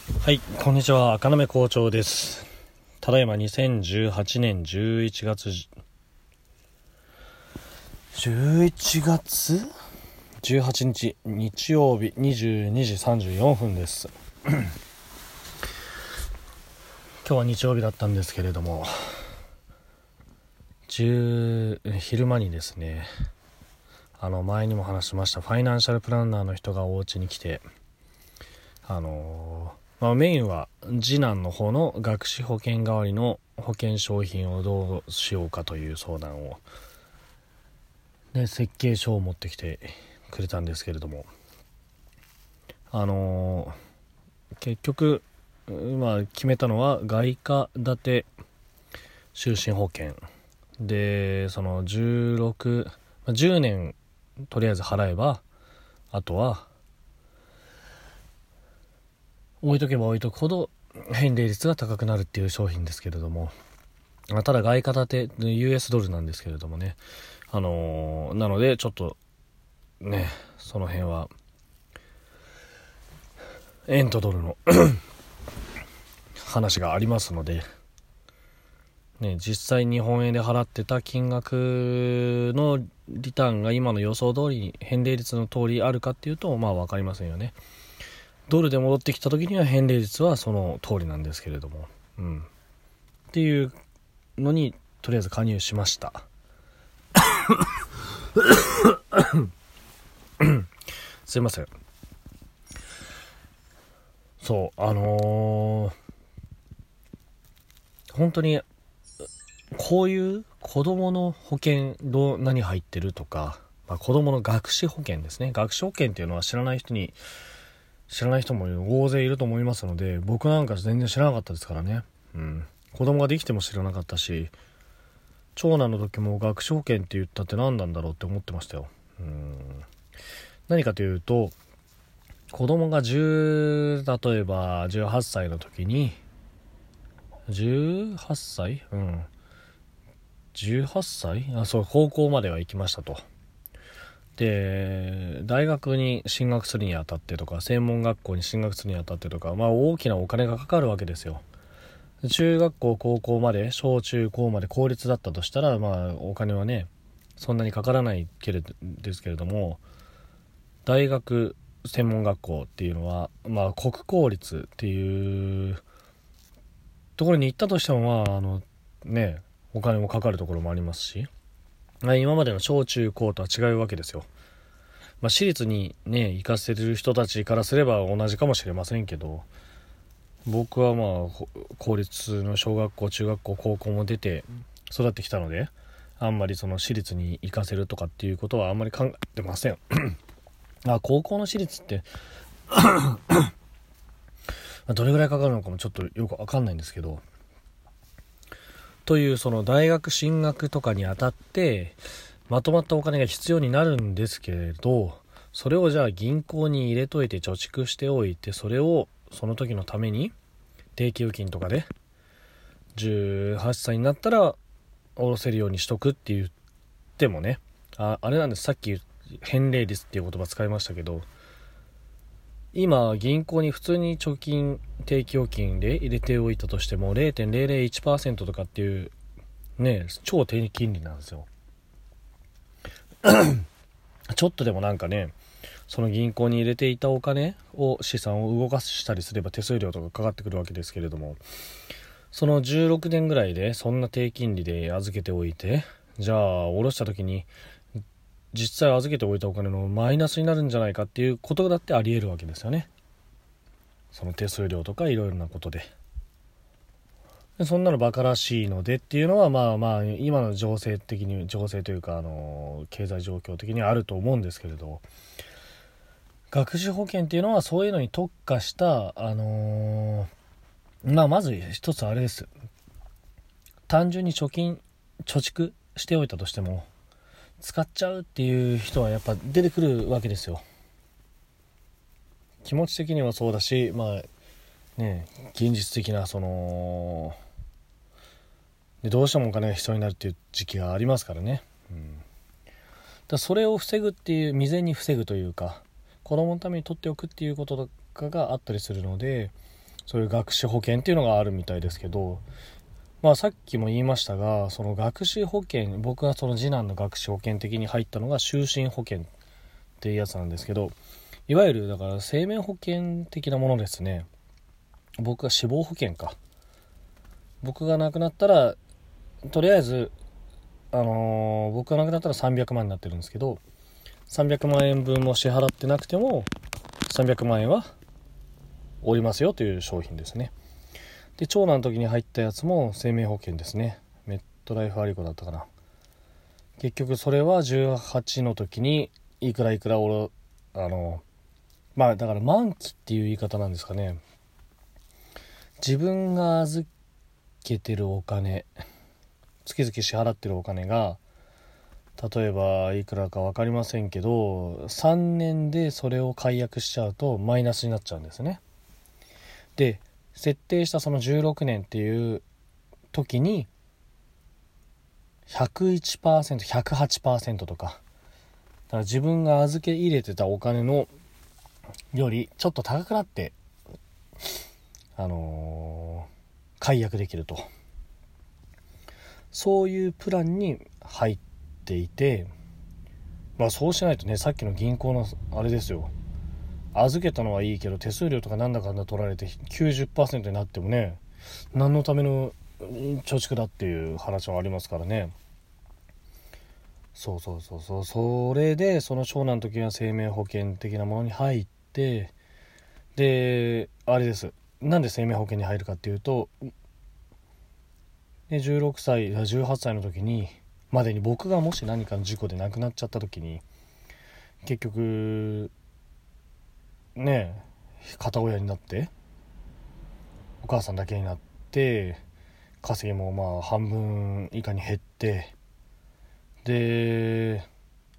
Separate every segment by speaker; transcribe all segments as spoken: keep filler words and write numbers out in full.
Speaker 1: はい、こんにちは。赤なめ校長です。ただいまにせんじゅうはちねんじゅういちがつじゅういちがつじゅうはちにち日曜日にじゅうにじさんじゅうよんふんです今日は日曜日だったんですけれども、昼間にですね、あの前にも話しましたファイナンシャルプランナーの人がお家に来て、あのーまあ、メインは次男の方の学資保険代わりの保険商品をどうしようかという相談を、で設計書を持ってきてくれたんですけれども、あのー、結局、まあ、決めたのは外貨建て就寝保険で、そのじゅうろく、じゅうねんとりあえず払えば、あとは置いとけば置いとくほど返礼率が高くなるっていう商品ですけれども、ただ外貨建て ユーエス ドルなんですけれどもね、あのー、なのでちょっとね、その辺は円とドルの話がありますので、ね、実際日本円で払ってた金額のリターンが今の予想通り、返礼率の通りあるかっていうと、まあ分かりませんよね。ドルで戻ってきた時には返礼率はその通りなんですけれども、うん、っていうのにとりあえず加入しましたすいません。そうあのー、本当にこういう子供の保険どう何入ってるとか、まあ、子供の学資保険ですね。学資保険っていうのは知らない人に知らない人も大勢いると思いますので、僕なんか全然知らなかったですからね。うん、子供ができても知らなかったし、長男の時も学資保険って言ったって何なんだろうって思ってましたよ。うん、何かというと、子供がじゅう例えばじゅうはっさいの時にじゅうはっさいうんじゅうはっさいあそう高校までは行きましたと。で大学に進学するにあたってとか、専門学校に進学するにあたってとか、まあ大きなお金がかかるわけですよ。中学校高校まで、小中高まで公立だったとしたら、まあお金はねそんなにかからないけれどですけれども、大学専門学校っていうのは、まあ国公立っていうところに行ったとしても、まああのねお金もかかるところもありますし、今までの小中高とは違うわけですよ。まあ、私立にね行かせてる人たちからすれば同じかもしれませんけど、僕はまあ公立の小学校中学校高校も出て育ってきたので、あんまりその私立に行かせるとかっていうことはあんまり考えてませんあ高校の私立ってどれぐらいかかるのかもちょっとよくわかんないんですけど、というその大学進学とかにあたってまとまったお金が必要になるんですけれど、それをじゃあ銀行に入れといて貯蓄しておいて、それをその時のために定期預金とかでじゅうはっさいになったら下ろせるようにしとくって言ってもね、あ、あれなんです。さっき返礼率っていう言葉使いましたけど、今銀行に普通に貯金定期預金で入れておいたとしても れいてんぜろぜろいちパーセント とかっていうね超低金利なんですよちょっとでもなんかね、その銀行に入れていたお金を資産を動かしたりすれば手数料とかかかってくるわけですけれども、そのじゅうろくねんぐらいでそんな低金利で預けておいて、じゃあ下ろした時に実際預けておいたお金のマイナスになるんじゃないかっていうことだってあり得るわけですよね。その手数料とかいろいろなことで。でそんなのバカらしいのでっていうのは、まあまあ今の情勢的に情勢というか、あの経済状況的にはあると思うんですけれど、学資保険っていうのはそういうのに特化した、あのー、まあまず一つあれです。単純に貯金貯蓄しておいたとしても使っちゃうっていう人はやっぱ出てくるわけですよ。気持ち的にはそうだし、まあね現実的なそのでどうしてもお金が必要になるっていう時期がありますからね、うん、だそれを防ぐっていう、未然に防ぐというか、子供のために取っておくっていうこととかがあったりするので、 そういう学資保険っていうのがあるみたいですけど、まあさっきも言いましたが、その学資保険、僕がその次男の学資保険的に入ったのが就寝保険っていうやつなんですけど、いわゆるだから生命保険的なものですね。僕は死亡保険か。僕が亡くなったらとりあえずあのー、僕が亡くなったらさんびゃくまんになってるんですけど、さんびゃくまん円分も支払ってなくてもさんびゃくまん円はおりますよという商品ですね。で、長男の時に入ったやつも生命保険ですね。メットライフアリコだったかな。結局それはじゅうはちの時にいくらいくらおろあのまあだから満期っていう言い方なんですかね。自分が預けてるお金、月々支払ってるお金が例えばいくらか分かりませんけど、さんねんでそれを解約しちゃうとマイナスになっちゃうんですね。で、設定したそのじゅうろくねんっていう時に ひゃくいちパーセント、ひゃくはちパーセント とか、だから自分が預け入れてたお金のよりちょっと高くなってあのー、解約できると、そういうプランに入っていて、まあそうしないとね、さっきの銀行のあれですよ、預けたのはいいけど手数料とかなんだかんだ取られて きゅうじゅっパーセント になってもね、何のための貯蓄だっていう話はありますからね。そうそうそうそう、それでその長男の時は生命保険的なものに入って、であれです、なんで生命保険に入るかっていうと、でじゅうろくさいじゅうはっさいの時にまでに僕がもし何かの事故で亡くなっちゃった時に、結局ね片親になってお母さんだけになって、稼ぎもまあ半分以下に減って、で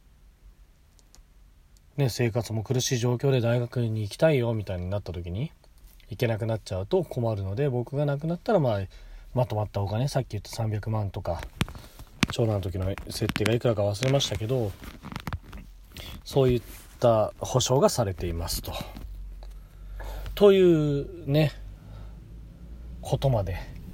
Speaker 1: ね生活も苦しい状況で大学に行きたいよみたいになった時に行けなくなっちゃうと困るので、僕が亡くなったらまあまとまったお金、さっき言ったさんびゃくまんとか、長男の時の設定がいくらか忘れましたけど、そういった保証がされていますとというねことまで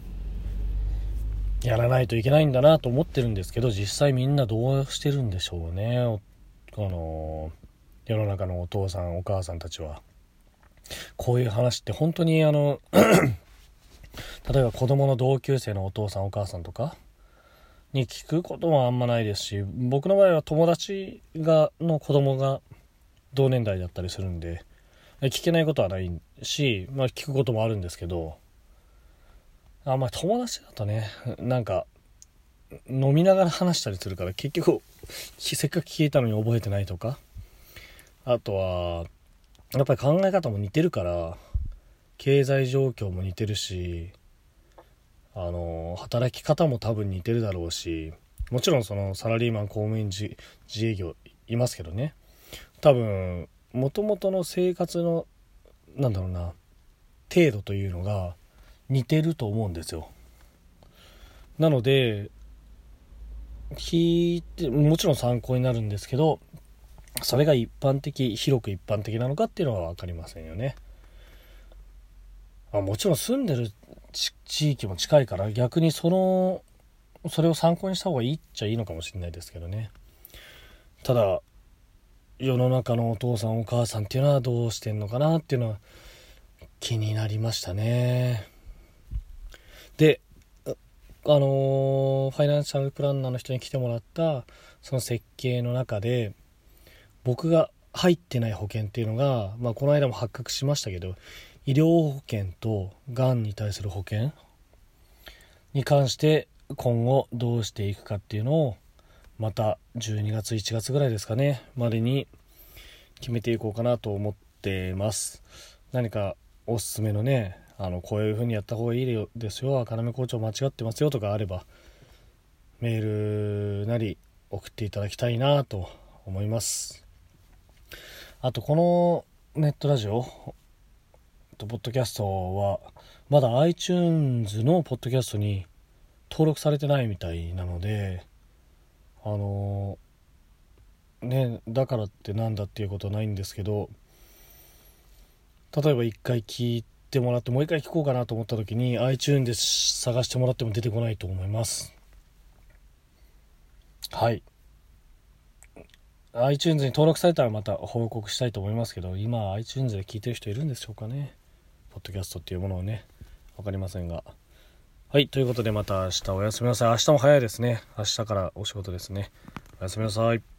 Speaker 1: やらないといけないんだなと思ってるんですけど、実際みんなどうしてるんでしょうね。あの世の中のお父さんお母さんたちはこういう話って本当にあの例えば子供の同級生のお父さんお母さんとかに聞くこともあんまないですし、僕の場合は友達がの子供が同年代だったりするんで聞けないことはないし、まあ聞くこともあるんですけど、あんまり友達だとね、なんか飲みながら話したりするから結局せっかく聞いたのに覚えてないとか、あとはやっぱり考え方も似てるから経済状況も似てるし、あの働き方も多分似てるだろうし、もちろんそのサラリーマン公務員 自, 自営業いますけどね、多分元々の生活のなんだろうな程度というのが似てると思うんですよ。なので聞いてもちろん参考になるんですけど、それが一般的広く一般的なのかっていうのは分かりませんよね。あもちろん住んでる地域も近いから逆にそのそれを参考にした方がいいっちゃいいのかもしれないですけどね。ただ世の中のお父さんお母さんっていうのはどうしてんのかなっていうのは気になりましたね。であのー、ファイナンシャルプランナーの人に来てもらったその設計の中で僕が入ってない保険っていうのが、まあ、この間も発覚しましたけど、医療保険とがんに対する保険に関して今後どうしていくかっていうのをまたじゅうにがついちがつぐらいですかねまでに決めていこうかなと思ってます。何かおすすめのね、あのこういう風にやった方がいいですよ、赤波校長間違ってますよとかあればメールなり送っていただきたいなと思います。あとこのネットラジオポッドキャストはまだ iTunes のポッドキャストに登録されてないみたいなので、あのねだからってなんだっていうことはないんですけど、例えば一回聞いってもらってもう一回聞こうかなと思った時に iTunes で探してもらっても出てこないと思います。はい、 iTunes に登録されたらまた報告したいと思いますけど、今 iTunes で聞いてる人いるんでしょうかね、ポッドキャストっていうものをね。わかりませんが、はい、ということでまた明日おやすみなさい。明日も早いですね。明日からお仕事ですね。おやすみなさい。